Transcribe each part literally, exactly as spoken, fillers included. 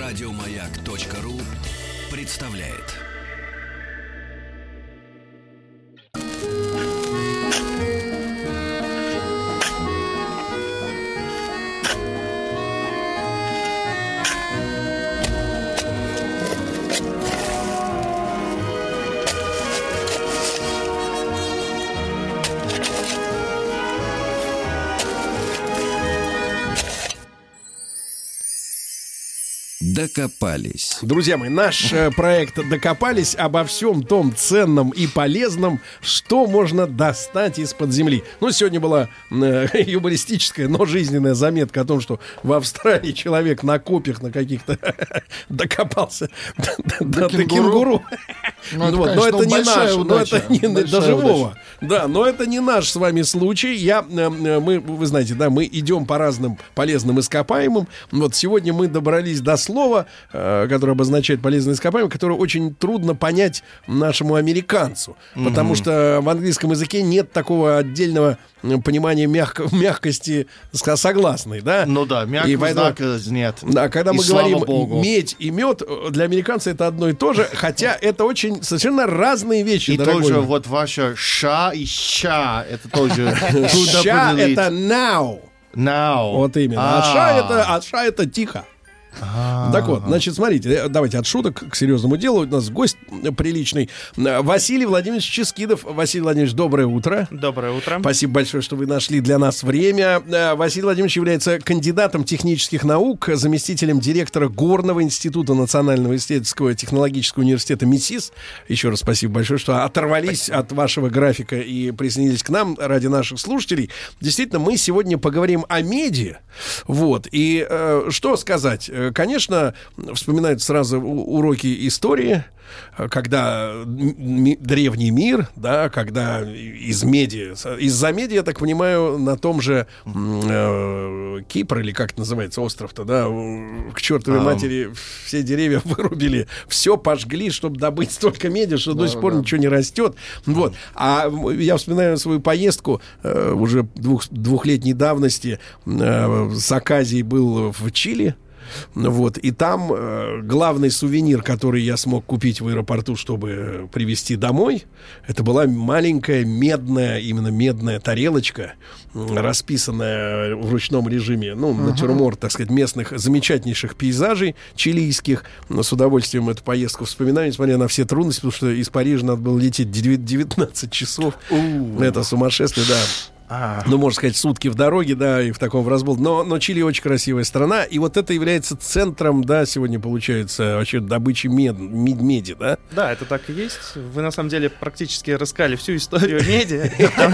Радиомаяк.ру представляет. Докопались. Друзья мои, наш э, проект «Докопались» обо всем том ценном и полезном, что можно достать из-под земли. Ну, сегодня была э, юмористическая, но жизненная заметка о том, что в Австралии человек на копьях на каких-то докопался до кенгуру. Но это не наш, но это не до живого. Да, но это не наш с вами случай. Я, мы, вы знаете, да, мы идем по разным полезным ископаемым. Вот сегодня мы добрались до слова, которое обозначает полезные ископаемые, которое очень трудно понять нашему американцу, mm-hmm. потому что в английском языке нет такого отдельного понимания мягко, мягкости согласной, да? Ну да, мягкого знака нет. Да, когда мы говорим Богу. Медь и мед, для американца это одно и то же, хотя это очень совершенно разные вещи. И дорогой. тоже вот ваше ша и ща, это тоже ща это now. Now. Вот именно. А ша это, а ша это тихо. А-а-а. Так вот, значит, смотрите, давайте от шуток к серьезному делу. У нас гость приличный. Василий Владимирович Ческидов. Василий Владимирович, доброе утро. Доброе утро. Спасибо большое, что вы нашли для нас время. Василий Владимирович является кандидатом технических наук, заместителем директора Горного института Национального исследовательского технологического университета МИСИС. Еще раз спасибо большое, что оторвались спасибо. От вашего графика и присоединились к нам ради наших слушателей. Действительно, мы сегодня поговорим о меди. Вот. И э, что сказать? Конечно, вспоминают сразу уроки истории, когда ми- древний мир, да, когда из меди, из-за меди, я так понимаю, на том же э, Кипр, или как это называется, остров-то, да, к чертовой um. матери все деревья вырубили, все пожгли, чтобы добыть столько меди, что да, до сих пор да. ничего не растет. Вот. А я вспоминаю свою поездку э, уже двух, двухлетней давности, э, с Аказией был в Чили. Вот, и там э, главный сувенир, который я смог купить в аэропорту, чтобы привезти домой, это была маленькая медная, именно медная тарелочка, расписанная в ручном режиме, ну, uh-huh. натюрморт, так сказать, местных замечательнейших пейзажей чилийских. Но с удовольствием эту поездку вспоминаю, несмотря на все трудности, потому что из Парижа надо было лететь девятнадцать часов. Uh-huh. Это сумасшествие, да. А. Ну, можно сказать, сутки в дороге, да, и в таком разбол. Но, но Чили очень красивая страна, и вот это является центром, да, сегодня получается вообще добычи мед, мед, меди, да? Да, это так и есть. Вы, на самом деле, практически рассказали всю историю меди.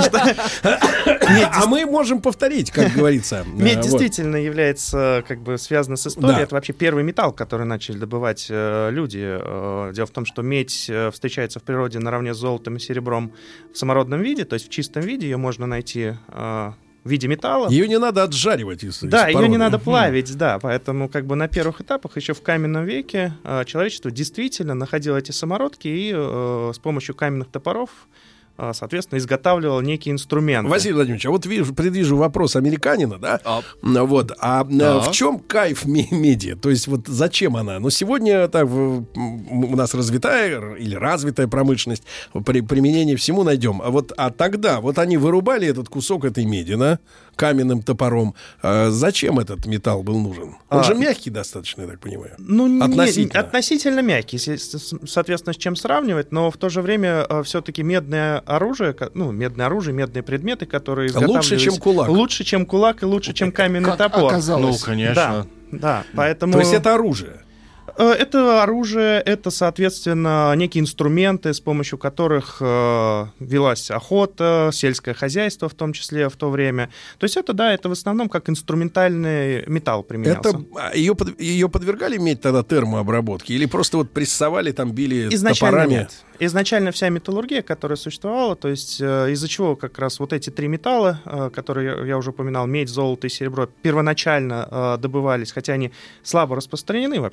А мы можем повторить, как говорится. Медь действительно является, как бы, связана с историей. Это вообще первый металл, который начали добывать люди. Дело в том, что медь встречается в природе наравне с золотом и серебром в самородном виде, то есть в чистом виде ее можно найти в виде металла. Ее не надо отжаривать из, Да, из ее не надо плавить, да. Поэтому как бы на первых этапах, еще в каменном веке, человечество действительно находило эти самородки и э, с помощью каменных топоров, соответственно, изготавливал некий инструмент. Василий Владимирович, а вот вижу, предвижу вопрос американина, да? А, вот, а, а в чем кайф меди? То есть вот зачем она? Ну, сегодня так, у нас развитая или развитая промышленность, при применении всему найдем. А вот, а тогда, вот они вырубали этот кусок этой меди, да, каменным топором. А зачем этот металл был нужен? Он а, же мягкий достаточно, я так понимаю. Ну, относительно. Не, относительно мягкий, соответственно, с чем сравнивать, но в то же время все-таки медное оружие, ну, медное оружие, медные предметы, которые изготавливались... Лучше, чем кулак. Лучше, чем кулак и лучше, чем каменный как топор. Оказалось. Ну, конечно. Да, да, поэтому... То есть это оружие? Это оружие, это, соответственно, некие инструменты, с помощью которых э, велась охота, сельское хозяйство, в том числе в то время. То есть это, да, это в основном как инструментальный металл применялся. Это, ее, под, ее подвергали медь тогда термообработке? Или просто вот прессовали, там били Изначально топорами? Нет. Изначально вся металлургия, которая существовала, то есть э, из-за чего как раз вот эти три металла, э, которые я, я уже упоминал, медь, золото и серебро, первоначально э, добывались, хотя они слабо распространены вообще-то. А,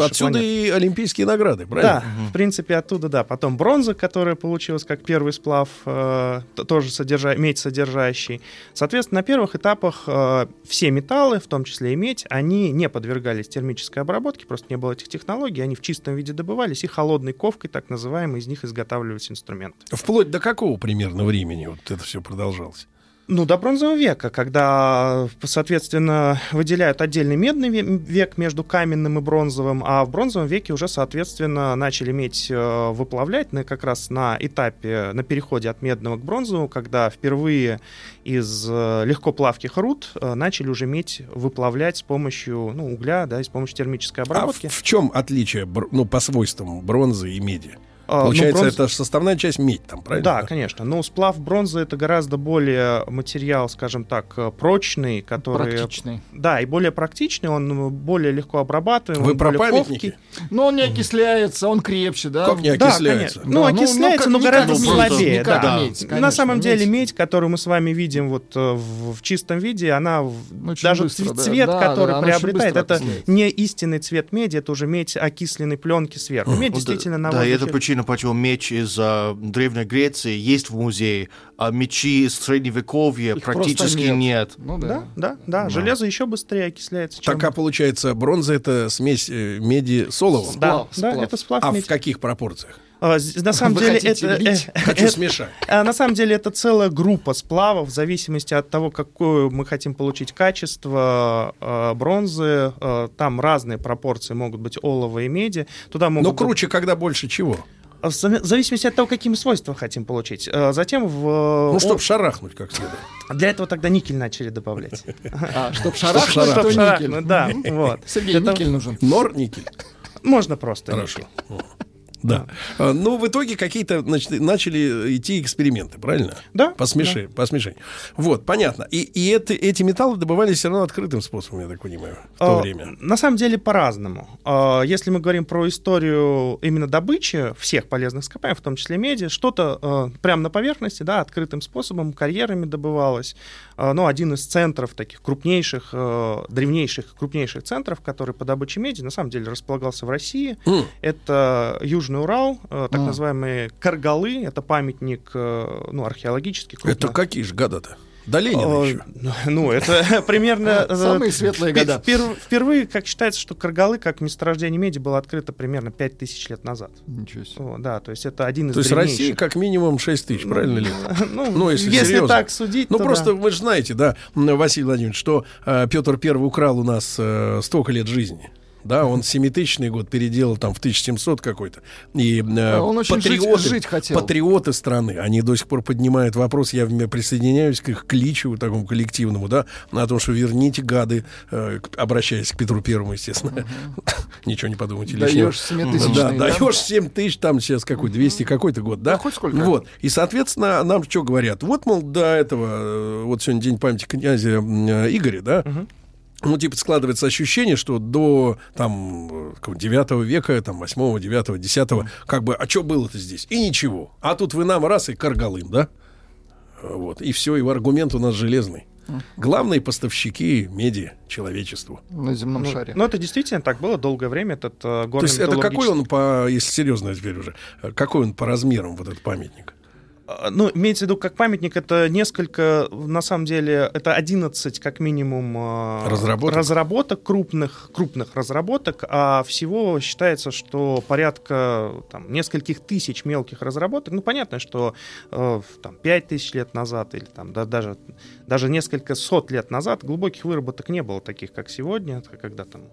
нашей отсюда планеты. и олимпийские награды, правильно? Да, угу. в принципе, оттуда, да. Потом бронза, которая получилась как первый сплав, э, тоже содержа... медь содержащий. Соответственно, на первых этапах э, все металлы, в том числе и медь, они не подвергались термической обработке, просто не было этих технологий, они в чистом виде добывались и холодной ковкой, так называемой, из них изготавливались инструменты. Вплоть до какого примерно времени вот это все продолжалось? Ну, до бронзового века, когда, соответственно, выделяют отдельный медный век между каменным и бронзовым, а в бронзовом веке уже, соответственно, начали медь выплавлять на, как раз на этапе, на переходе от медного к бронзовому, когда впервые из легкоплавких руд начали уже медь выплавлять с помощью ну, угля, да, и с помощью термической обработки. А в, в чем отличие, ну, по свойствам бронзы и меди? Получается, ну, бронз... это составная часть медь там, правильно? Да, конечно. Но сплав бронзы — это гораздо более материал, скажем так, прочный, который... Практичный. Да, и более практичный, он более легко обрабатываем. Вы про памятники? Но он не окисляется, он крепче, да? Как не окисляется? Да, ну, окисляется, но, но гораздо медь, слабее. Да. Да. Медь, конечно, на самом медь. деле медь, которую мы с вами видим вот в, в чистом виде, она очень даже быстро, цвет, да. который да, да, приобретает, это окисляется. не истинный цвет меди, это уже медь окисленной пленки сверху. Медь действительно на Да, и воздухе... это причина, почему медь из uh, Древней Греции есть в музее, а мечи из Средневековья Их практически нет. нет. Ну, да. Да, да, да. Железо еще быстрее окисляется. Чем... Так, а получается, бронза — это смесь э, меди с оловом? Да, Сплав, да, сплав. это сплав А меди. в каких пропорциях? А, На самом Вы деле хотите это, лить? э, Хочу э, смешать. а на самом деле это целая группа сплавов, в зависимости от того, какое мы хотим получить качество э, бронзы. Э, там разные пропорции могут быть олова и меди. Туда могут Но круче, когда больше чего? В зависимости от того, какими свойства хотим получить. Э, Затем в... Ну, чтобы шарахнуть как следует. Для этого тогда никель начали добавлять. А, чтоб шарахнуть, шарахнуть. то Чтоб никель. шарахнуть, да, вот. Сергей, Это- никель нужен. Нор-никель. Можно просто Хорошо. никель. Да. А, Ну, в итоге какие-то, значит, начали идти эксперименты, правильно? Да. По, смеши- по смешению. Вот, понятно. И, и это, эти металлы добывались все равно открытым способом, я так понимаю, в то А, время. На самом деле по-разному. А, Если мы говорим про историю именно добычи всех полезных ископаемых, в том числе меди, что-то а, прямо на поверхности, да, открытым способом, карьерами добывалось. А, Ну, один из центров таких крупнейших, а, древнейших, крупнейших центров, который по добыче меди, на самом деле располагался в России. М. Это Южный Урал, а, так А. называемые Каргалы. Это памятник, а, ну, археологический. крупно- Это какие же года-то? До Ленина О, еще. Ну, это примерно... э, Самые светлые года. впер- Впервые, как считается, что Каргалы, как месторождение меди, было открыто примерно пять тысяч лет назад. Ничего себе. О, да, то есть это один из То есть древнейших. Россия как минимум шесть тысяч, правильно ли? Ну, Ну, если если серьезно. так судить, Ну, то просто да. вы же знаете, да, м, Василий Владимирович, что э, Петр Первый украл у нас э, столько лет жизни. Да, он семитысячный год переделал там в тысяча семьсот какой-то. И э, Он очень жить- патриоты, жить хотел. патриоты страны, они до сих пор поднимают вопрос, я в- присоединяюсь к их кличу такому коллективному, да, на том, что верните, гады, э, к- обращаясь к Петру Первому, естественно. Ничего не подумайте лишнего. Даешь семитысячный, Да, да? даешь семь тысяч, там сейчас какой, двести какой-то год, да? Да, хоть сколько. Вот. И, соответственно, нам что говорят? Вот, мол, до этого, э, вот сегодня день памяти князя э, Игоря, да? Ну, типа, складывается ощущение, что до там девятого века, там восьмого, девятого, десятого, как бы, а что было-то здесь? И ничего. А тут вы нам раз и Каргалым, да? Вот. И все, и аргумент у нас железный. Главные поставщики меди человечеству. На земном Ну, шаре. ну, это действительно так было долгое время, этот э, горный То есть это какой металлургический- он по, если серьезно теперь уже, э, какой он по размерам, вот этот памятник? А, Ну, имеется в виду, как памятник, это несколько, на самом деле, это одиннадцать, как минимум, э, Разработок? разработок крупных, крупных разработок, а всего считается, что порядка там, нескольких тысяч мелких разработок. Ну, понятно, что э, там, пять тысяч лет назад или там, да, даже, даже несколько сот лет назад глубоких выработок не было таких, как сегодня, когда там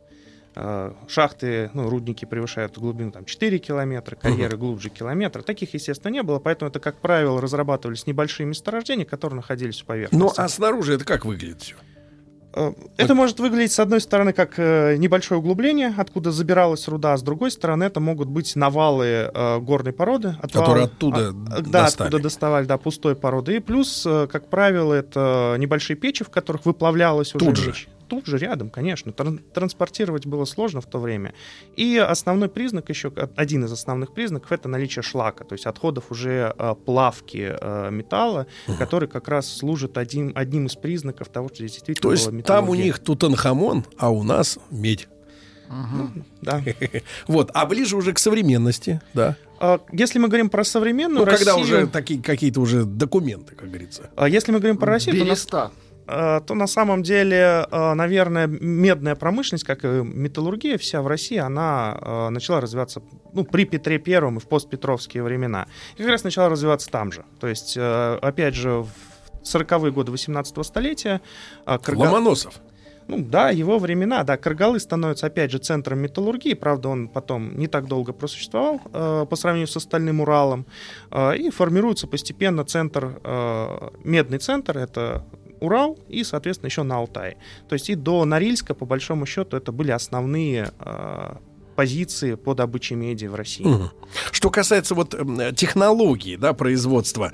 э, шахты, ну, рудники превышают глубину там, четыре километра, карьеры глубже километра. Таких, естественно, не было, поэтому это, как правило, разрабатывались небольшие месторождения, которые находились у поверхности. Ну, а снаружи это как выглядит все? Э, Это может выглядеть, с одной стороны, как э, небольшое углубление, откуда забиралась руда, а с другой стороны, это могут быть навалы э, горной породы. отвалы, Которые оттуда а, Да, достали. откуда доставали, да, пустой породы. И плюс, э, как правило, это небольшие печи, в которых выплавлялась уже Тут же? медь. Тут же, рядом, конечно. Тран- транспортировать было сложно в то время. И основной признак еще, один из основных признаков, это наличие шлака, то есть отходов уже э, плавки э, металла, который как раз служит одним, одним из признаков того, что здесь действительно То есть было там у металлургия. них Тутанхамон, а у нас медь. Ну, да. Вот, а ближе уже к современности, да. Если мы говорим про современную ну, Россию... когда уже такие какие-то уже документы, как говорится. Если мы говорим про Россию, то Береста. на, то на самом деле, наверное, медная промышленность, как и металлургия вся в России, она начала развиваться ну, при Петре Первом и в постпетровские времена. И как раз начала развиваться там же. То есть, опять же, в сороковые годы восемнадцатого столетия... Карга... Ломоносов. Ну да, его времена, да, Каргалы становится опять же центром металлургии, правда, он потом не так долго просуществовал э, по сравнению с остальным Уралом, э, и формируется постепенно центр, э, медный центр, это Урал и, соответственно, еще на Алтае. То есть и до Норильска, по большому счету, это были основные э, позиции по добыче меди в России. Угу. Что касается вот технологии, да, производства,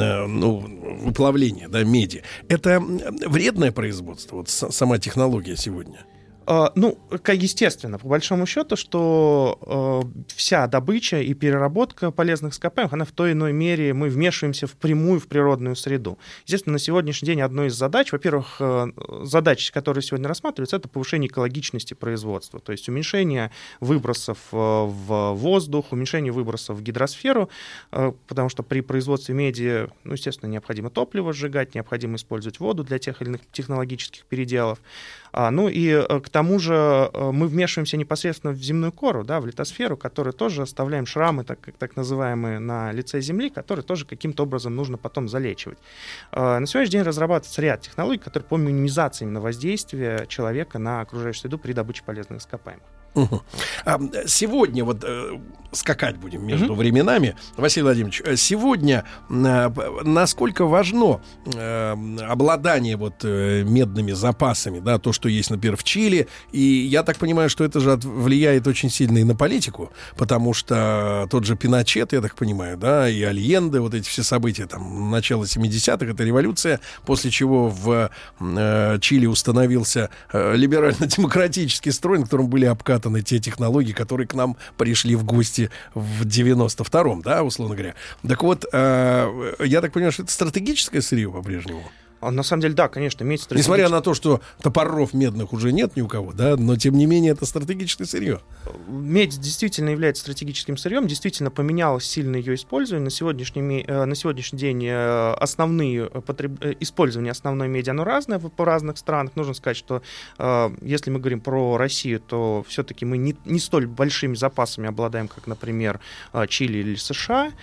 ну, выплавления, да, меди, это вредное производство, вот сама технология сегодня? Uh, ну, естественно, по большому счету, что uh, вся добыча и переработка полезных ископаемых, она в той или иной мере, мы вмешиваемся впрямую в природную среду. Естественно, на сегодняшний день одной из задач, во-первых, uh, задач, которые сегодня рассматриваются, это повышение экологичности производства, то есть уменьшение выбросов uh, в воздух, уменьшение выбросов в гидросферу, uh, потому что при производстве меди, ну, естественно, необходимо топливо сжигать, необходимо использовать воду для тех или иных технологических переделов. А, ну и к тому же мы вмешиваемся непосредственно в земную кору, да, в литосферу, которую тоже оставляем шрамы, так, так называемые, на лице Земли, которые тоже каким-то образом нужно потом залечивать. А, на сегодняшний день разрабатывается ряд технологий, которые по минимизации именно воздействия человека на окружающую среду при добыче полезных ископаемых. Угу. А сегодня вот э, скакать будем между угу. временами, Василий Владимирович. Сегодня э, насколько важно э, обладание вот э, медными запасами, да, то, что есть, например, в Чили, и я так понимаю, что это же от, влияет очень сильно и на политику, потому что тот же Пиночет, я так понимаю, да, и Альенде, вот эти все события там начала семидесятых, это революция, после чего в э, Чили установился э, либерально-демократический строй, на котором были обкаты те технологии, которые к нам пришли в гости в девяносто втором, да, условно говоря. Так вот, э, я так понимаю, что это стратегическое сырье по-прежнему? На самом деле, да, конечно, медь стратегическая. Несмотря на то, что топоров медных уже нет ни у кого, да, но тем не менее это стратегическое сырье. Медь действительно является стратегическим сырьем, действительно поменялось сильно ее использование. На сегодняшний, на сегодняшний день основные потреб... использование основной меди, оно разное по разных странах. Нужно сказать, что если мы говорим про Россию, то все-таки мы не, не столь большими запасами обладаем, как, например, Чили или США.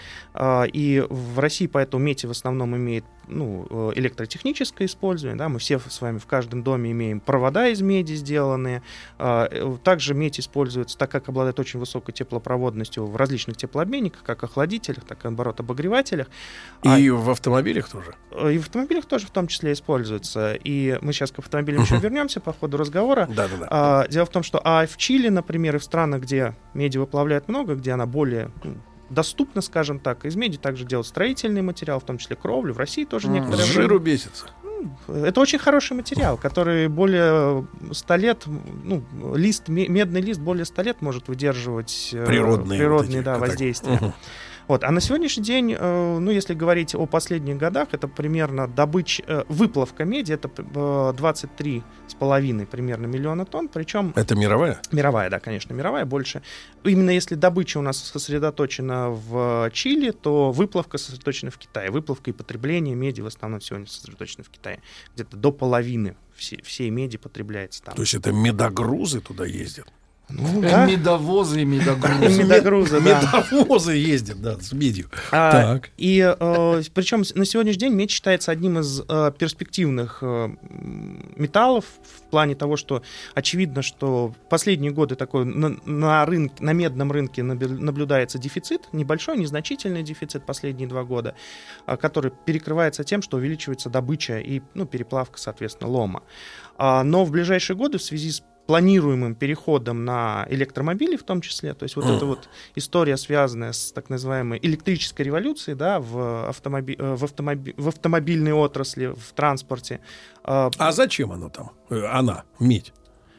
И в России поэтому медь в основном имеет ну, электротехническое использование, да, мы все с вами в каждом доме имеем провода из меди сделанные, также медь используется, так как обладает очень высокой теплопроводностью в различных теплообменниках, как охладителях, так и, наоборот, обогревателях. И а, в автомобилях тоже? И в автомобилях тоже в том числе используется, и мы сейчас к автомобилям еще вернемся по ходу разговора. Да-да-да. А, дело в том, что а в Чили, например, и в странах, где меди выплавляют много, где она более... доступно, скажем так. Из меди также делают строительный материал, в том числе кровлю. В России тоже некоторые... С жиру бесится. Это очень хороший материал, который более ста лет, ну, лист, медный лист более ста лет может выдерживать природные, природные вот эти, да, воздействия. Угу. Вот. А на сегодняшний день, ну, если говорить о последних годах, это примерно добыча, выплавка меди, это двадцать три с половиной примерно миллиона тонн, причем... Это мировая? Мировая, да, конечно, мировая больше. Именно если добыча у нас сосредоточена в Чили, то выплавка сосредоточена в Китае. Выплавка и потребление меди в основном сегодня сосредоточены в Китае. Где-то до половины всей, всей меди потребляется там. То есть это медогрузы туда ездят? Ну, да? Медовозы и медогрузы. Медогрузы, да. Медовозы ездят, да, с медью. А, так. И э, причем на сегодняшний день медь считается одним из э, перспективных э, металлов в плане того, что очевидно, что в последние годы такой на, на, рынке, на медном рынке наблюдается дефицит, небольшой, незначительный дефицит последние два года, э, который перекрывается тем, что увеличивается добыча и ну, переплавка, соответственно, лома. А, но в ближайшие годы в связи с планируемым переходом на электромобили в том числе, то есть вот mm. эта вот история, связанная с так называемой электрической революцией, да, в, автомоби... в, автомоби... в автомобильной отрасли, в транспорте. А зачем оно там? Она, медь?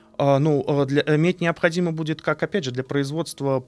Ну, для, медь необходимо будет, как, опять же, для производства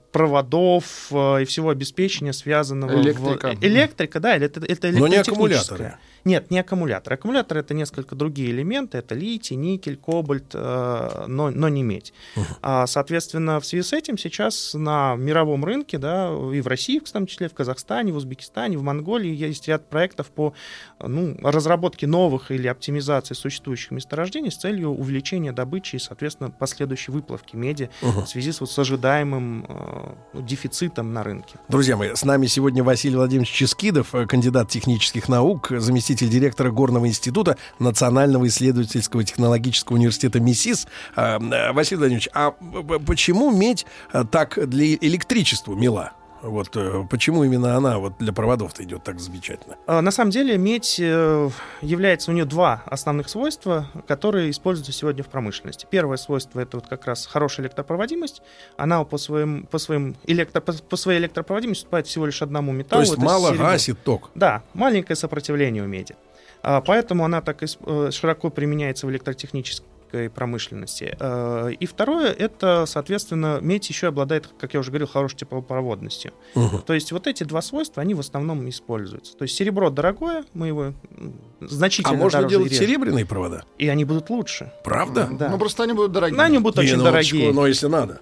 проводов и всего обеспечения, связанного... Электрика. В... Электрика, да, это, это электротехническая. Но не аккумуляторы. Нет, не аккумулятор. Аккумулятор — это несколько другие элементы. Это литий, никель, кобальт, но, но не медь. Uh-huh. Соответственно, в связи с этим сейчас на мировом рынке, да, и в России, в том числе, в Казахстане, в Узбекистане, в Монголии есть ряд проектов по ну, разработке новых или оптимизации существующих месторождений с целью увеличения добычи и, соответственно, последующей выплавки меди uh-huh. в связи с, вот, с ожидаемым ну, дефицитом на рынке. Друзья мои, с нами сегодня Василий Владимирович Ческидов, кандидат технических наук, заместитель директора Горного института Национального исследовательского технологического университета МИСИС. Василий Владимирович, а почему медь так для электричества мила? Вот почему именно она вот для проводов-то идет так замечательно? На самом деле медь является, у нее два основных свойства, которые используются сегодня в промышленности. Первое свойство — это вот как раз хорошая электропроводимость. Она по, своим, по, своим электро, по, по своей электропроводимости уступает всего лишь одному металлу. То есть мало гасит ток. Да, маленькое сопротивление у меди. Поэтому она так широко применяется в электротехнической промышленности. И второе — это, соответственно, медь еще обладает, как я уже говорил, хорошей теплопроводностью. Угу. То есть вот эти два свойства, они в основном используются. То есть серебро дорогое, мы его значительно дороже. А можно делать режем. Серебряные провода? И они будут лучше. Правда? Да. Ну просто они будут дорогие. Но они будут очень дорогие. Но если надо.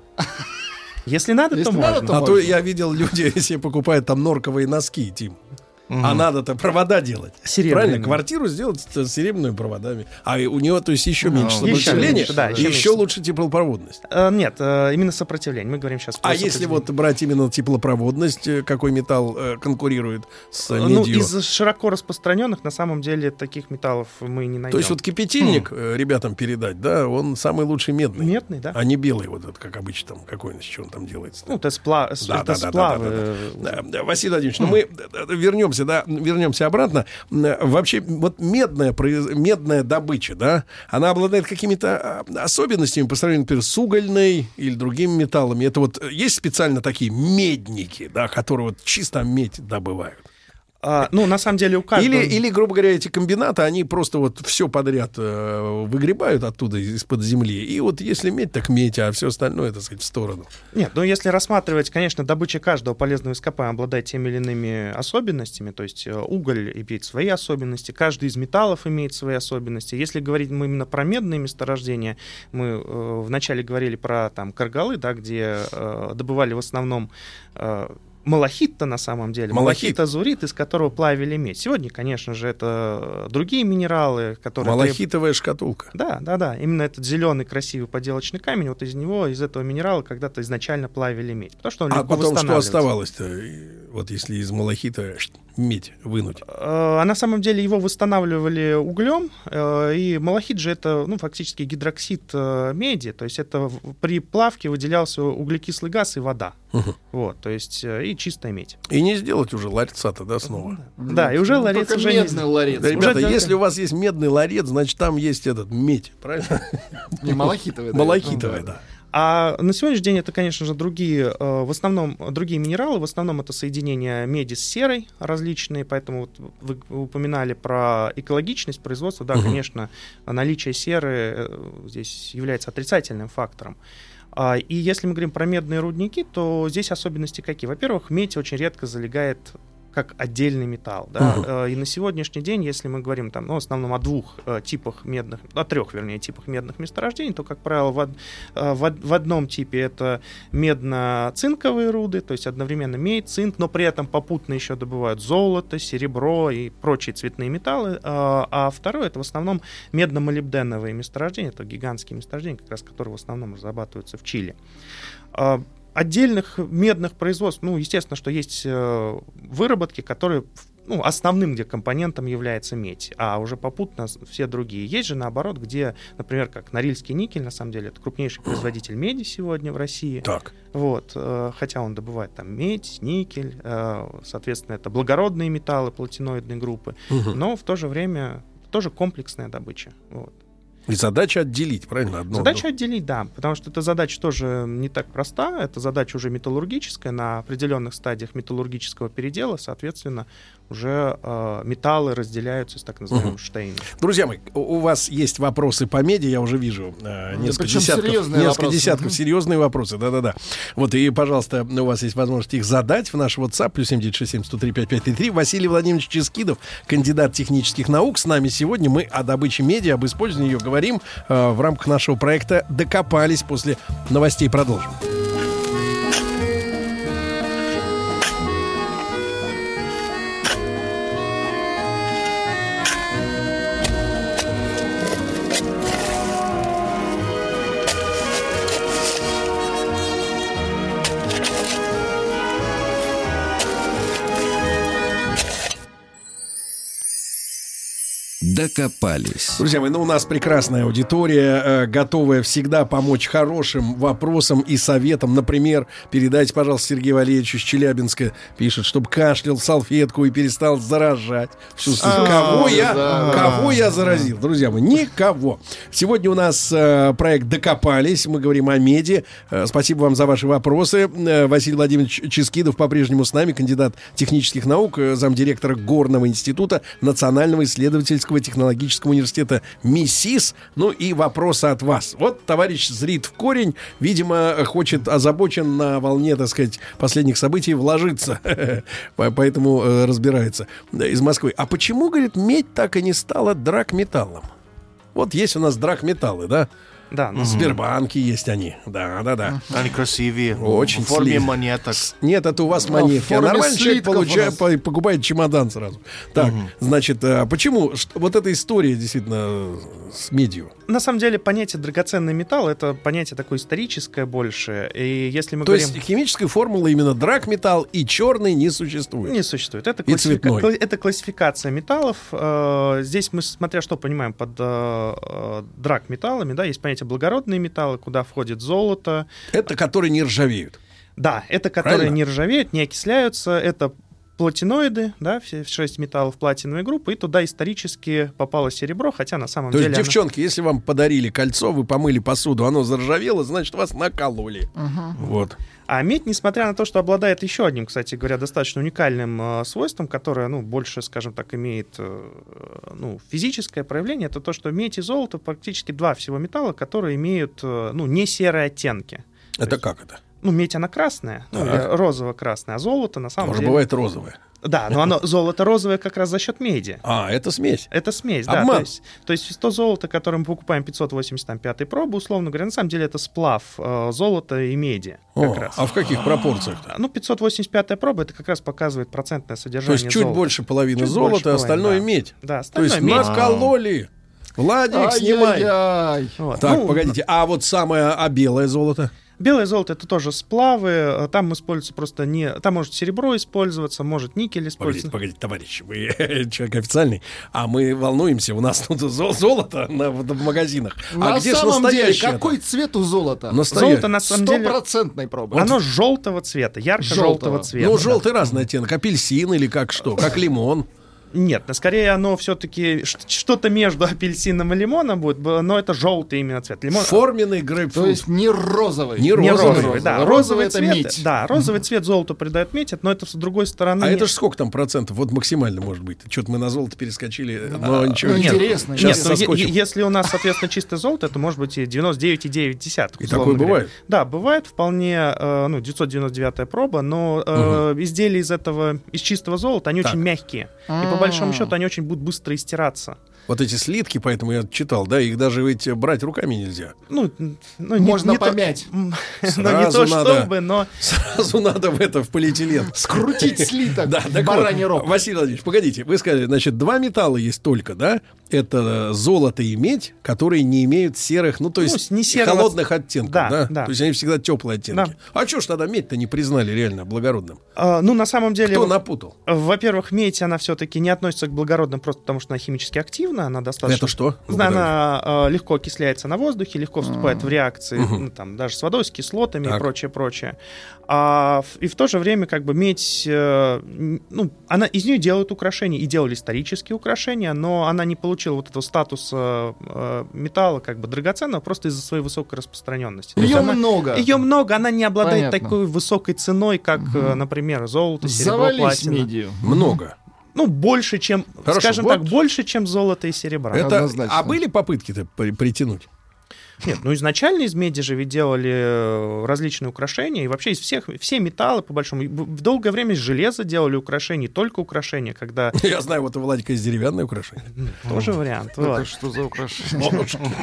Если надо, если то надо, можно. То а можно. то я видел, люди себе покупают там норковые носки, Тим. Угу. А надо-то провода делать. Правильно, квартиру сделать с серебряными проводами. А у него, то есть, еще меньше ну, сопротивления, еще, да, еще, еще лучше теплопроводность. А, нет, именно сопротивление. Мы говорим сейчас про А если вот брать именно теплопроводность, какой металл конкурирует с медью? Ну, из широко распространенных, на самом деле, таких металлов мы не найдем. То есть вот кипятильник хм. ребятам передать, да, он самый лучший медный. Медный, да. А не белый, вот этот, как обычно, там, какой он, с чего он там делается. Ну, это, спла... да, это да, сплавы. Да, да, да, да, да. Василий Владимирович, ну мы вернемся, да, вернемся обратно. Вообще, вот медная, медная добыча, да, она обладает какими-то особенностями по сравнению, например, с угольной или другими металлами. Это вот есть специально такие медники, да, которые вот чисто медь добывают. А, ну, на самом деле, у каждого... Или, или, грубо говоря, эти комбинаты, они просто вот все подряд э, выгребают оттуда, из-под земли. И вот если медь, так медь, а все остальное, так сказать, в сторону. Нет, ну, если рассматривать, конечно, добыча каждого полезного ископаемого обладает теми или иными особенностями, то есть уголь имеет свои особенности, каждый из металлов имеет свои особенности. Если говорить мы именно про медные месторождения, мы э, вначале говорили про там каргалы, да, где э, добывали в основном... Э, малахит-то на самом деле, малахит-азурит, из которого плавили медь. Сегодня, конечно же, это другие минералы, которые... Малахитовая треб... шкатулка. Да, да, да. Именно этот зеленый красивый поделочный камень, вот из него, из этого минерала когда-то изначально плавили медь. Потому что он а легко потом что восстанавливается. Оставалось-то, вот если из малахита медь вынуть? А на самом деле его восстанавливали углем, и малахит же это, ну, фактически гидроксид меди, то есть это при плавке выделялся углекислый газ и вода. Угу. Вот, то есть и чистая медь. И не сделать уже ларца-то, да, снова? Да, да, и уже ну, ларец только уже медный не... ларец. Да, ребята, уже если только... у вас есть медный ларец, значит, там есть этот медь, правильно? Не, малахитовый. Малахитовый, да. А на сегодняшний день это, конечно же, другие, в основном другие минералы, в основном это соединения меди с серой различные, поэтому вот вы упоминали про экологичность производства, да, угу. конечно, наличие серы здесь является отрицательным фактором. И если мы говорим про медные рудники, то здесь особенности какие? Во-первых, медь очень редко залегает как отдельный металл. Да? Uh-huh. И на сегодняшний день, если мы говорим там, ну, в основном о двух э, типах медных, о трех, вернее, типах медных месторождений, то, как правило, в, в, в одном типе это медно-цинковые руды, то есть одновременно медь, цинк, но при этом попутно еще добывают золото, серебро и прочие цветные металлы. А, а второе — это в основном медно-молибденовые месторождения, это гигантские месторождения, как раз которые в основном разрабатываются в Чили. Отдельных медных производств, ну, естественно, что есть э, выработки, которые, ну, основным где компонентом является медь, а уже попутно все другие. Есть же, наоборот, где, например, как Норильский никель, на самом деле, это крупнейший производитель меди сегодня в России. Так. Вот, э, хотя он добывает там медь, никель, э, соответственно, это благородные металлы, платиноидные группы, угу. но в то же время тоже комплексная добыча. Вот. И задача отделить, правильно? Одно задача одно. отделить, да, потому что эта задача тоже не так проста, это задача уже металлургическая, на определенных стадиях металлургического передела, соответственно, уже э, металлы разделяются из так называемых угу. штейнов. Друзья мои, у вас есть вопросы по меди, я уже вижу э, несколько, да, десятков, несколько десятков серьезные вопросы, да-да-да. Вот и, пожалуйста, у вас есть возможность их задать в наш WhatsApp, плюс семь девять шесть семь сто три пять пять три три. Василий Владимирович Ческидов, кандидат технических наук, с нами сегодня. Мы о добыче меди, об использовании ее говорим э, в рамках нашего проекта «Докопались». После новостей продолжим. Докопались. Друзья мои, ну у нас прекрасная аудитория, э, готовая всегда помочь хорошим вопросам и советам. Например, передайте, пожалуйста, Сергею Валерьевичу из Челябинска, пишет, чтобы кашлял в салфетку и перестал заражать. Всю... А, кого, я, да. кого я заразил? Друзья мои, никого. Сегодня у нас э, проект «Докопались». Мы говорим о меди. Э, спасибо вам за ваши вопросы. Э, Василий Владимирович Ческидов по-прежнему с нами, кандидат технических наук, э, замдиректора Горного института Национального исследовательского технологического университета МИСИС. Ну и вопросы от вас. Вот товарищ зрит в корень, видимо, хочет, озабочен на волне, так сказать, последних событий вложиться. Поэтому э, разбирается. Из Москвы. А почему, говорит, медь так и не стала драгметаллом? Вот есть у нас драгметаллы, да? Да, в Сбербанке есть они. Да, да, да. Они красивее. Очень в форме слив. монеток. Нет, это у вас монетки. А нормальный человек получает, покупает чемодан сразу. Так, угу. значит, а почему что, вот эта история действительно с медью? На самом деле понятие драгоценный металл — это понятие такое историческое больше. И если мы То говорим... есть химической формулы именно драгметалл и черный не существует? Не существует. Это, и классифика... цветной. это классификация металлов. Здесь мы, смотря что понимаем под драгметаллами, да, есть понятие благородные металлы, куда входит золото. Это которые не ржавеют. Да, это которые Правильно? не ржавеют, не окисляются. Это платиноиды, да, все шесть металлов платиновой группы, и туда исторически попало серебро, хотя на самом То деле... есть, оно... девчонки, если вам подарили кольцо, вы помыли посуду, оно заржавело, значит, вас накололи. Uh-huh. Вот. А медь, несмотря на то, что обладает еще одним, кстати говоря, достаточно уникальным э, свойством, которое, ну, больше, скажем так, имеет э, ну, физическое проявление, это то, что медь и золото практически два всего металла, которые имеют, э, ну, не серые оттенки. Это есть, как это? Ну, медь, она красная, ну, розово-красная, а золото, на самом Тоже деле... бывает розовое. Да, но оно золото розовое как раз за счет меди. А, это смесь. Это смесь, да. Обман. То есть, то есть то золото, которое мы покупаем пятьсот восемьдесят пятую пробу, условно говоря, на самом деле это сплав э, золота и меди. Как О, раз. а в каких пропорциях-то? Ну, пятьсот восемьдесят пятая проба, это как раз показывает процентное содержание То есть чуть золота. больше половины Чуть золота, больше остальное половины, медь. Да, То остальное есть медь. накололи. Владик, снимай. Ай-яй-яй. Вот. Так, Ну, погодите, а вот самое, а белое золото? Белое золото — это тоже сплавы, там используется просто не... Там может серебро использоваться, может никель использоваться. Погодите, погодите, товарищ, вы человек официальный, а мы волнуемся, у нас тут зол- золото на, в, в магазинах. На а где ж самом деле, настоящее? какой цвет у золота? Настоящее. Золото на самом деле... Стопроцентной пробы. Оно желтого цвета, ярко-желтого Желтого. цвета. Ну, да. желтый разный оттенок, апельсин или как что, как лимон. Нет, но скорее оно все-таки что-то между апельсином и лимоном будет, но это желтый именно цвет. Лимон... Форменный грейпфрут. То есть не розовый. Не Не розовый. розовый, да. Розовый Розовый это цвет, медь. да, розовый цвет золоту придает медь, но это с другой стороны. А не- это же сколько там процентов? Вот максимально может быть. Что-то мы на золото перескочили, но ничего. ну, ничего. интересно, Сейчас Нет, ну, е- соскочим. е- если у нас, соответственно, чистое золото, это может быть и девяносто девять и девять десятых. И условно такое говоря. бывает? Да, бывает вполне, э, ну, девятьсот девяносто девятая проба, но э, изделия из этого, из чистого золота, они Так. очень мягкие. И по большому счету они очень будут быстро истираться. Вот эти слитки, поэтому я читал, да, их даже ведь брать руками нельзя. Ну, ну, не- Можно не то- помять. м, ну, не Сразу то надо. чтобы, но... Сразу надо в это, в полиэтилен. Скрутить слиток Да, в так бараний вот, рог. Василий Владимирович, погодите, вы сказали, значит, два металла есть только, да? Это золото и медь, которые не имеют серых, ну, то есть Ну, не серого холодных оттенков, да, Да, да. То есть они всегда теплые оттенки. Да. А что ж тогда медь-то не признали реально благородным? э, ну, на самом деле... Кто вот, напутал? Во-первых, медь, она все-таки не относится к благородным просто потому, что она химически активна, она достаточно... Это что? Знаю, она э, легко окисляется на воздухе, легко вступает в реакции, ну, там, даже с водой, с кислотами Так. и прочее, прочее. А, в- и в то же время, как бы, медь, э, н- ну, она, из нее делают украшения, и делали исторические украшения, но она не получила вот этого статуса э, металла, как бы, драгоценного, просто из-за своей высокой распространенности. То есть Ее она- много. Ее много, она не обладает Понятно. такой высокой ценой, как, э, например, золото, серебро, Завались платина. медью. Много. Ну, больше, чем, Хорошо, скажем вот. так, больше, чем золото и серебра. Это, Однозначно. а были попытки-то при- притянуть? Нет, ну изначально из меди же ведь делали различные украшения, и вообще из всех, все металлы, по большому, в долгое время из железа делали украшения, только украшения, когда... Я знаю, вот у Владика есть деревянное украшение. Тоже вариант. Это вот. что за украшение?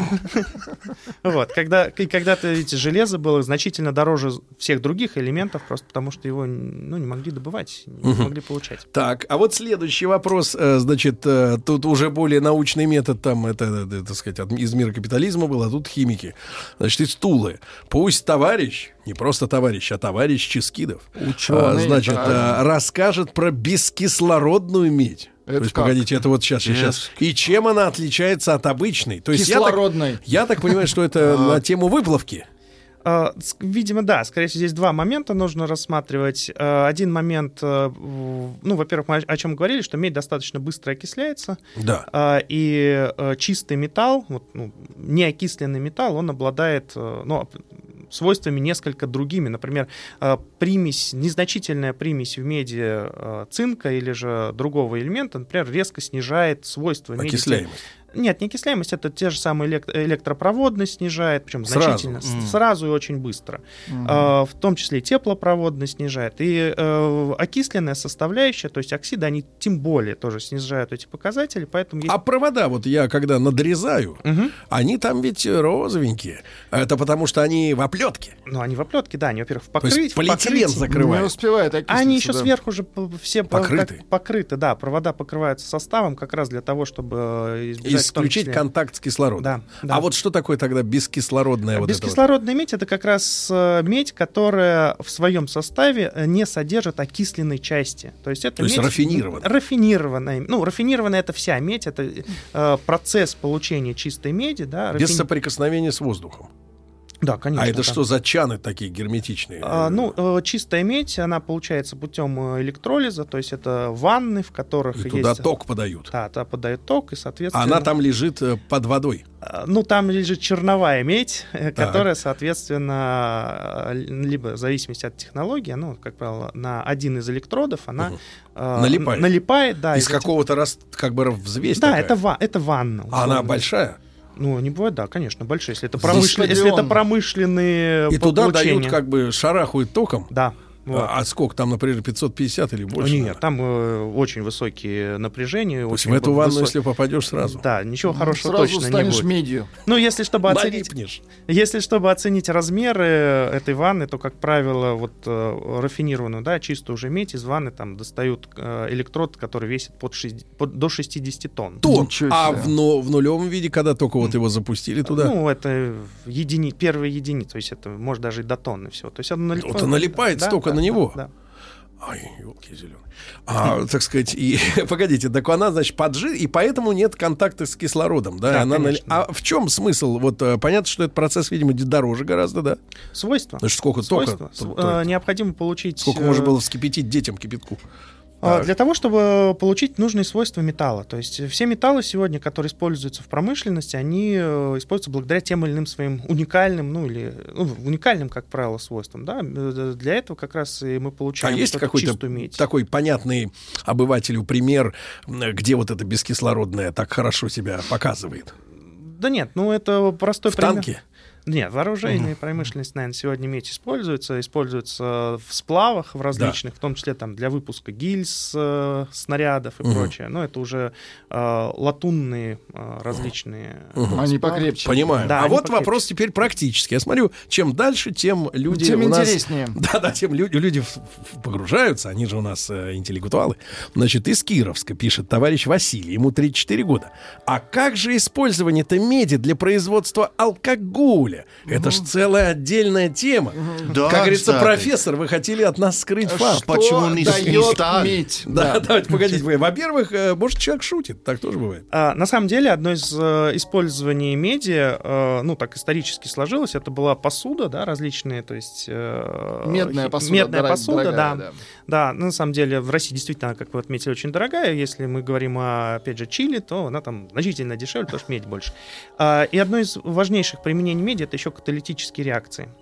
Вот, когда, и когда-то ведь железо было значительно дороже всех других элементов, просто потому что его ну, не могли добывать, не могли получать. Так, а вот следующий вопрос, э, значит, э, тут уже более научный метод, там, это, это, так сказать, от- из мира капитализма был, а тут химики. Значит, из Тулы. Пусть товарищ, не просто товарищ, а товарищ Ческидов, Ученый, а, значит, да. э, расскажет про бескислородную медь. Это То есть, как? погодите, это вот сейчас, сейчас. И чем она отличается от обычной? То есть, я так, Кислородной. я так понимаю, что это на тему выплавки. А, с- Видимо, да. Скорее всего, здесь два момента нужно рассматривать. А, Один момент, э, в- ну, во-первых, мы о о чем говорили, что медь достаточно быстро окисляется, Да. а, и э, чистый металл, вот, ну, неокисленный металл, он обладает, э, ну, об- свойствами несколько другими. Например, э, примесь, незначительная примесь в меди э, цинка или же другого элемента, например, резко снижает свойства меди. Окисляемость. Нет, не окисляемость, это те же самые элект- электропроводность снижает, причем Сразу. значительно, с- Мгм. сразу и очень быстро. Мгм. А, в том числе и теплопроводность снижает. И э, окисленная составляющая, то есть оксиды, они тем более тоже снижают эти показатели, поэтому есть... А провода, вот я когда надрезаю, Мгм. они там ведь розовенькие. Это потому, что они в оплетке. Ну, они в оплетке, да, они, во-первых, в То есть покрытии. полиэтилен Не закрывает. успевает окислиться. Они еще да. сверху же п- все по- Покрыты. как- покрыты, да, провода покрываются составом как раз для того, чтобы э, избежать в том Исключить числе- контакт с кислородом. Да, да. А вот что такое тогда бескислородная вот эта вот? Бескислородная медь — это как раз э, медь, которая в своем составе э, не содержит окисленной части. То есть это То есть медь рафинированная. рафинированная. Ну, рафинированная — это вся медь, это э, процесс получения чистой меди, да. Без рафини- соприкосновения с воздухом. Да, конечно. А это да. что за чаны такие герметичные? А, ну, э, чистая медь, она получается путем э, электролиза, то есть это ванны, в которых И есть... туда ток подают. Да, туда подает ток, и, А соответственно... она там лежит э, под водой. А, Ну, там лежит черновая медь, э, Так. которая, соответственно, э, либо в зависимости от технологии, ну, как правило, на один из электродов она Мгм. э, Налипает. налипает, да. Из и затем- какого-то раз, как бы взвесь Да, такая. это, ва- это ванна. А она условно. большая. Ну, не бывает, да, конечно, большая. Если это, Здесь промышлен- если это стадион. промышленные И туда получения. дают, как бы шарахают током. Да. Вот. А, а сколько там, например, пятьсот пятьдесят или Ну, больше? нет, наверное? там э, очень высокие напряжения. То есть очень в эту ванну, высо- если попадешь сразу, Да, ничего хорошего Сразу точно не станешь будет. медью. Ну, если чтобы оценить, налипнешь. если чтобы оценить размеры этой ванны, то, как правило, вот э, рафинированную, да, чистую уже медь из ванны там достают э, электрод, который весит под шесть- под- до шестьдесят тонн. Тон. Ничего А себе. в, но- в нулевом виде, когда только вот его запустили туда, Ну, это едини... первые единицы, то есть это может даже и до тонны всего. То есть оно налипает. Вот и налипает Да, столько да, на него. Да. Ай, елки зеленые. А, так сказать, и погодите, так она, значит, поджи, и поэтому нет контакта с кислородом, да? Да, она нали- конечно. А в чем смысл? Вот э, понятно, что этот процесс, видимо, дороже гораздо, да? Свойства. Значит, сколько Свойства. тока? С- то- э, то- необходимо получить... Сколько э, можно было вскипятить детям кипятку? А, Так. Для того, чтобы получить нужные свойства металла. То есть все металлы сегодня, которые используются в промышленности, они э, используются благодаря тем или иным своим уникальным, ну или ну, уникальным, как правило, свойствам. Да? Э, Для этого как раз и мы А получаем есть вот эту какой-то чистую медь. такой понятный обывателю пример, м, где вот это бескислородное так хорошо себя показывает? Да нет, ну это простой В пример. танке? Нет, вооружение и промышленность, наверное, сегодня медь используется. Используется в сплавах в различных, в том числе там для выпуска гильз, э, снарядов и Мгм. прочее. Но это уже э, латунные э, различные... Мгм. Они сплавы. покрепче. Понимаю. Да, а они вот покрепче. вопрос теперь практически. Я смотрю, чем дальше, тем люди Тем у нас... интереснее. Да-да, тем люди, люди в- в- погружаются, они же у нас э, интеллектуалы. Значит, из Кировска пишет товарищ Василий, ему тридцать четыре года. А как же использование-то меди для производства алкоголя? Это ж целая отдельная тема. Да, Как говорится, кстати. профессор, вы хотели от нас скрыть факт. Что? Почему не- не дает сталь? медь? Да, давайте, погодите. вы. Во-первых, э, может, человек шутит, так тоже бывает. А, на самом деле, одно из э, использований меди, э, ну, так исторически сложилось, это была посуда, да, различные, то есть... э, Медная хи- посуда. Медная дорог- посуда, дорогая, да. Да, ну, на самом деле, в России действительно, как вы отметили, очень дорогая. Если мы говорим о, опять же, Чили, то она там значительно дешевле, потому что медь больше. А, и одно из важнейших применений меди — это еще каталитические реакции.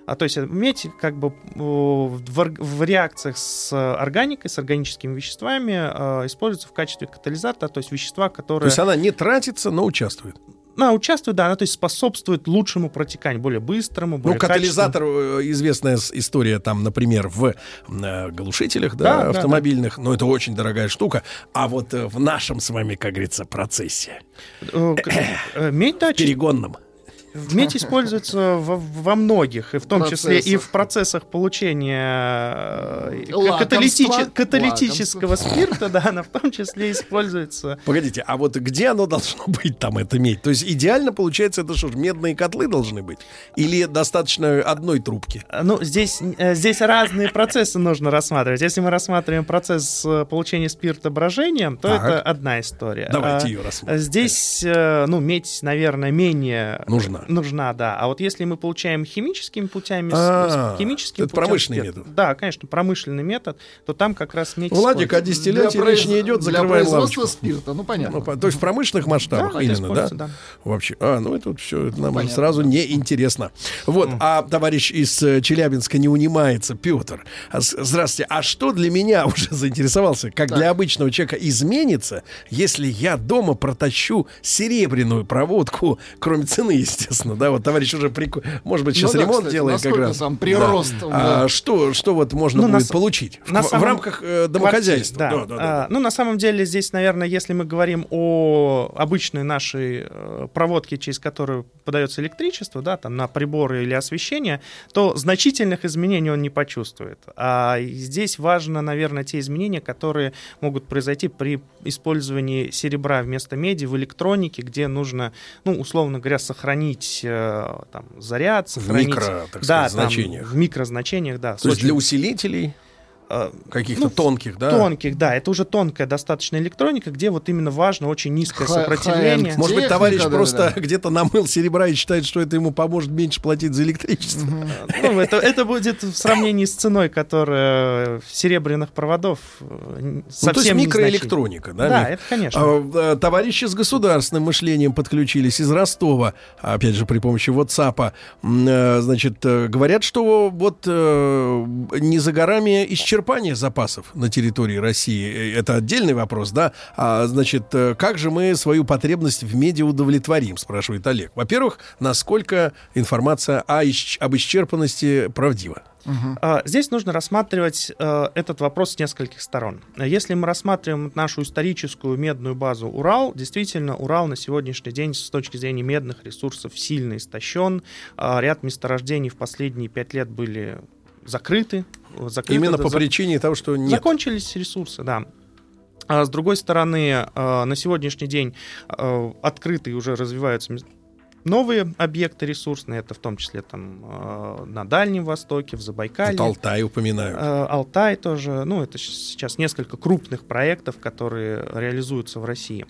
А, то есть медь как бы в, в реакциях с органикой, с органическими веществами а, используется в качестве катализатора, то есть вещества, которые... То есть она не тратится, но участвует. Она участвует, да, она то есть способствует лучшему протеканию, более быстрому, более Ну, катализатор, известная история, там, например, в э, глушителях, да, Да, автомобильных, да, да. Но это очень дорогая штука. А вот э, в нашем с вами, как говорится, процессе, медь, да, перегонном. Медь используется во, во многих, и в том процессах. числе и в процессах получения Лакомства. каталитиче- каталитического Лакомства. спирта, да, она в том числе используется. Погодите, а вот где оно должно быть, там, эта медь? То есть идеально, получается, это что ж, медные котлы должны быть? Или достаточно одной трубки? Ну, здесь, э, здесь разные процессы нужно рассматривать. Если мы рассматриваем процесс э, получения спирта брожением, то Так. это одна история. Давайте А, ее рассмотрим. Здесь, э, ну, медь, наверное, менее... Нужна. Нужна, да. А вот если мы получаем химическими путями, с- А, с химическим это путем промышленный спирт, метод. Да, конечно, промышленный метод, то там как раз медь Владик, о используется. дистиллятии Для речь произ- не идет, для закрываем производства лавочку. спирта, ну понятно. Ну, по- то есть в промышленных масштабах Да, это именно, да? используется, да. Вообще. А, ну это вот все это нам Понятно, сразу да. не интересно. Вот, а товарищ из э, Челябинска не унимается, Петр. А, с- Здравствуйте. А что для меня уже заинтересовался, как Так. для обычного человека изменится, если я дома протащу серебряную проводку, кроме цены, естественно, да? Вот товарищ уже прикольно. Может быть, сейчас Ну да, ремонт кстати, делает как насколько раз. там прирост Да. в- А, что, что вот можно Ну, на будет с- получить в, на в самом- рамках э, домохозяйства? Да. Да, да, да. А, ну, на самом деле, здесь, наверное, если мы говорим о обычной нашей э, проводке, через которую подается электричество, да, там на приборы или освещение, то значительных изменений он не почувствует. А здесь важно, наверное, те изменения, которые могут произойти при использовании серебра вместо меди в электронике, где нужно, ну, условно говоря, сохранить э, там, заряд, В сохранить... микро, так да, сказать, там, значениях. в микрозначениях, да. То есть для усилителей э, каких-то ну, тонких, да? Тонких, да, это уже тонкая достаточно электроника, где вот именно важно очень низкое Хай- сопротивление. хай-энд. Может быть, Техника, товарищ да, просто да, да. где-то намыл серебра и считает, что это ему поможет меньше платить за электричество. Ну, это, это будет в сравнении с ценой, которая серебряных проводов э, Ну, совсем то есть незначительна. микроэлектроника, да? Да, Мик? это конечно. А, э, Товарищи с государственным мышлением подключились из Ростова, опять же, при помощи WhatsApp. М, э, Значит, э, говорят, что вот э, не за горами исчерпание запасов на территории России. Э, Это отдельный вопрос, да? А, значит, э, как же мы свою потребность в меди удовлетворим, спрашивает Олег. Во-первых, насколько информация о исч- об исчерпанности правдива? А, Здесь нужно рассматривать э, этот вопрос с нескольких сторон. Если мы рассматриваем нашу историческую медную базу Урал, действительно, Урал на сегодняшний день с точки зрения медных ресурсов сильно истощен. А, Ряд месторождений в последние пять лет были закрыты. закрыты Именно до- по за- причине того, что нет. Закончились ресурсы, да. А с другой стороны, э, на сегодняшний день э, открыты и уже развиваются мес- новые объекты ресурсные, это в том числе там э, на Дальнем Востоке, в Забайкалье. Вот Алтай упоминают. Э, Алтай тоже, ну, это щ- сейчас несколько крупных проектов, которые реализуются в России.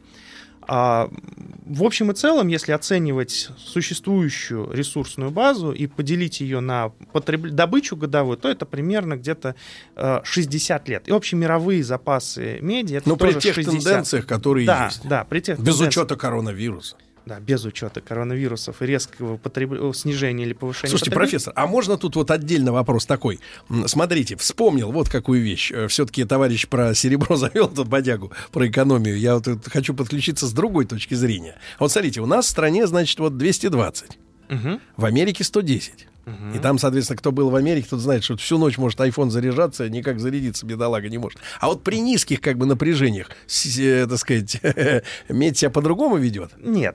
А, в общем и целом, если оценивать существующую ресурсную базу и поделить ее на потреб... добычу годовую, то это примерно где-то э, шестьдесят лет. И общемировые запасы меди это Ну, при тоже тех шестьдесят. тенденциях, которые Да, есть. да, при тех Без тенденциях. учета коронавируса. Да, без учета коронавирусов и резкого потреб... снижения или повышения. Слушайте, потребления. профессор, а можно тут вот отдельно вопрос такой? М, Смотрите, вспомнил вот какую вещь. Все-таки товарищ про серебро завел тут бодягу, про экономию. Я вот тут хочу подключиться с другой точки зрения. Вот смотрите, у нас в стране, значит, вот двести двадцать. Мгм. В Америке сто десять. И там, соответственно, кто был в Америке, тот знает, что всю ночь может iPhone заряжаться, никак зарядиться бедолага не может. А вот при низких как бы напряжениях, с- э, так сказать, медь себя по-другому ведет? Нет.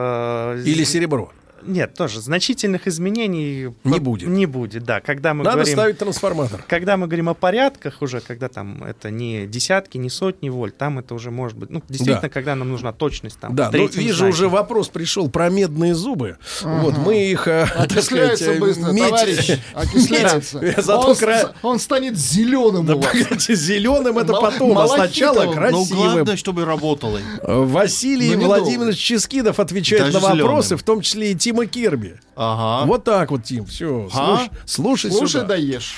э, Или серебро? Нет, тоже значительных изменений Не по- будет. Не будет, да. Когда мы Надо говорим, ставить трансформатор. когда мы говорим о порядках уже, когда там это не десятки, не сотни вольт, там это уже может быть, ну действительно, Да. когда нам нужна точность там. Да, в но третьем вижу, знаке. уже вопрос пришел про медные зубы. Вот, мы их, э, так Окисляется сказать, э, быстро, медь- товарищ. Окисляется. медь, зато он, кра- с- он станет зеленым Да, у вас. погодите, зеленым это Мал- потом, а сначала малахитовым. Но красивым. главное, чтобы работало. Э, Василий Но недолго. Владимирович Ческидов отвечает Даже на вопросы, зелёным. в том числе и Тима Кирби. Ага. Вот так вот, Тим, все, А? слушай, слушай Слушай, сюда. даешь.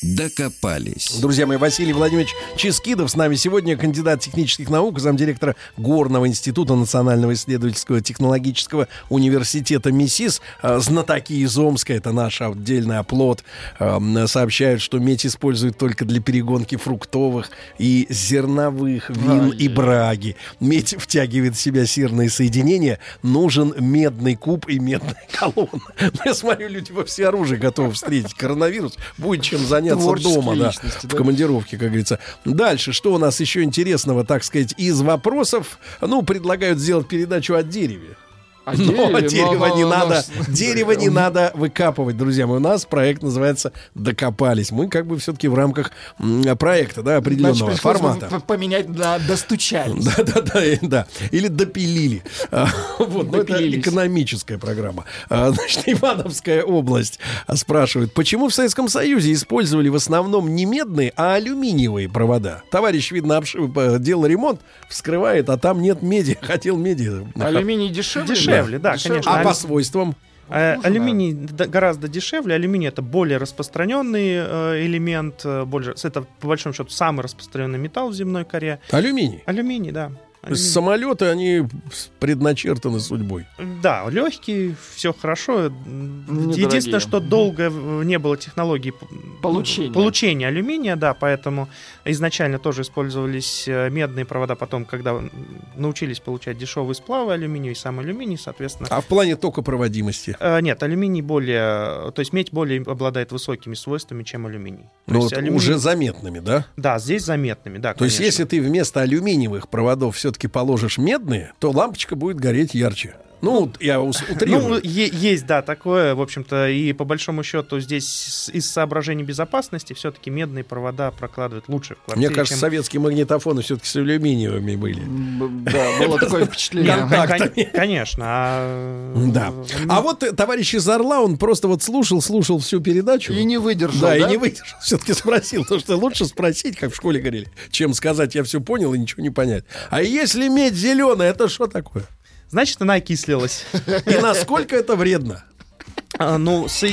Докопались. Друзья мои, Василий Владимирович Ческидов с нами сегодня, кандидат технических наук, замдиректора Горного института Национального исследовательского технологического университета МИСИС. Знатоки из Омска, это наш отдельный оплот, сообщают, что медь используют только для перегонки фруктовых и зерновых вин и браги. Медь втягивает в себя серные соединения. Нужен медный куб и медная колонна. Я смотрю, люди во всеоружии готовы встретить коронавирус. Будет чем заняться дома, да, в да? командировке, как говорится. Дальше, что у нас еще интересного, так сказать, из вопросов? Ну, предлагают сделать передачу о дереве. А но дереве, дерево но, не но, надо, но... дерево не надо выкапывать, друзья мои. У нас проект называется «Докопались». Мы как бы все-таки в рамках м, проекта, да, определенного Значит, формата. Поменять на «достучались». Да, да, да, да. Или допилили. А, вот, это экономическая программа. А, значит, Ивановская область спрашивает, почему в Советском Союзе использовали в основном не медные, а алюминиевые провода? Товарищ, видно, обш- делал ремонт, вскрывает, а там нет меди. Хотел меди. Алюминий дешевле? Дешевле, да, Дешевле. конечно. А по свойствам? А, алюминий д- гораздо дешевле. Алюминий — это более распространенный э, элемент. э, Больше, это, по большому счету, самый распространенный металл в земной коре. Алюминий. Алюминий, да. То есть Алюминий. самолеты, они предначертаны судьбой. Да, легкий, все хорошо. Недорогие. Единственное, что долго не было технологии Получения. получения алюминия, да, поэтому изначально тоже использовались э, медные провода. Потом, когда научились получать дешевые сплавы алюминия и сам алюминий, соответственно. А в плане токопроводимости? Э, Нет, алюминий более, то есть медь более обладает высокими свойствами, чем алюминий. То Ну, есть вот алюминий- уже заметными, да? Да, здесь заметными, да. То есть, конечно. если ты вместо алюминиевых проводов все-таки положишь медные, то лампочка будет гореть ярче. Ну, я ус- Ну, утрирую. е- есть, да, такое, в общем-то, и по большому счету здесь с- из соображений безопасности все-таки медные провода прокладывают лучше в квартире, Мне кажется, чем... советские магнитофоны все-таки с алюминиевыми были. М, Да, было такое впечатление. Кон- контактами. кон- Конечно. А... Да. А вот э, товарищ из Орла, он просто вот слушал, слушал всю передачу. И не выдержал, Да, да? и не выдержал. Все-таки спросил. Потому что лучше спросить, как в школе говорили, чем сказать, я все понял и ничего не понять. А если медь зеленая, это что такое? Значит, она окислилась. И насколько это вредно? А, ну, с-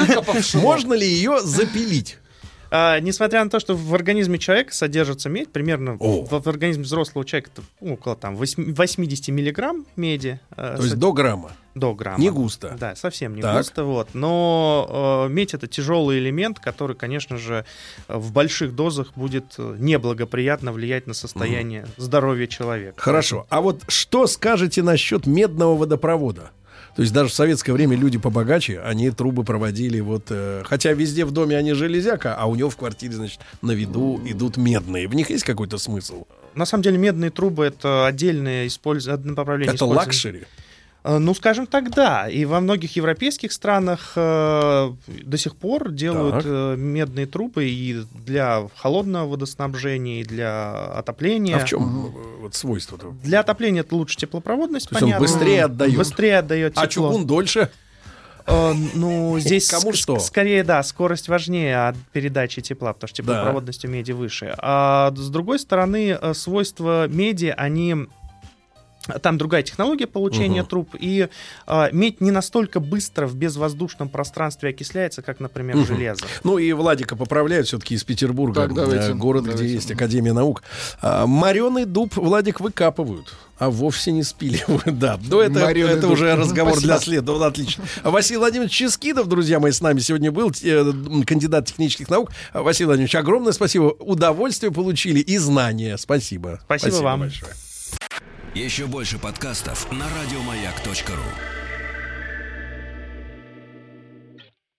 Можно ли ее запилить? а, несмотря на то, что в организме человека содержится медь, примерно О. в, в организме взрослого человека это, ну, около там, восемь- восемьдесят миллиграмм меди. э, То есть со- до грамма. до грамма. Не густо. Да, совсем не Так. густо. Вот. Но э, медь — это тяжелый элемент, который, конечно же, э, в больших дозах будет э, неблагоприятно влиять на состояние здоровья человека. Хорошо. А вот что скажете насчет медного водопровода? То есть даже в советское время люди побогаче, они трубы проводили вот... э, хотя везде в доме они железяка, а у него в квартире, значит, на виду идут медные. В них есть какой-то смысл? На самом деле медные трубы — это отдельное использ... одно направление Это использования. лакшери? Э, Ну, скажем так, да. И во многих европейских странах э, до сих пор делают Так. э, медные трубы и для холодного водоснабжения, и для отопления. А в чем э, вот свойство-то? Для отопления это лучше теплопроводность, То есть он понятно. быстрее отдает? Быстрее отдает тепло. А чугун дольше? Э, ну, здесь Кому ск- что? скорее, да, скорость важнее от передачи тепла, потому что теплопроводность у меди выше. А с другой стороны, э, свойства меди, они... Там другая технология получения Мгм. труб, и э, медь не настолько быстро в безвоздушном пространстве окисляется, как, например, Мгм. железо. Ну и Владика поправляют все-таки из Петербурга, Так, давайте, э, город, давайте. где есть Академия наук. А, мореный дуб, Владик, выкапывают, а вовсе не спиливают. Да, но это, Мореный это дуб. уже разговор Спасибо. для следования. Отлично. Василий Владимирович Ческидов, друзья мои, с нами сегодня был, э, кандидат технических наук. Василий Владимирович, огромное спасибо. Удовольствие получили и знания. Спасибо. Спасибо вам. большое. Еще больше подкастов на радиомаяк точка ру.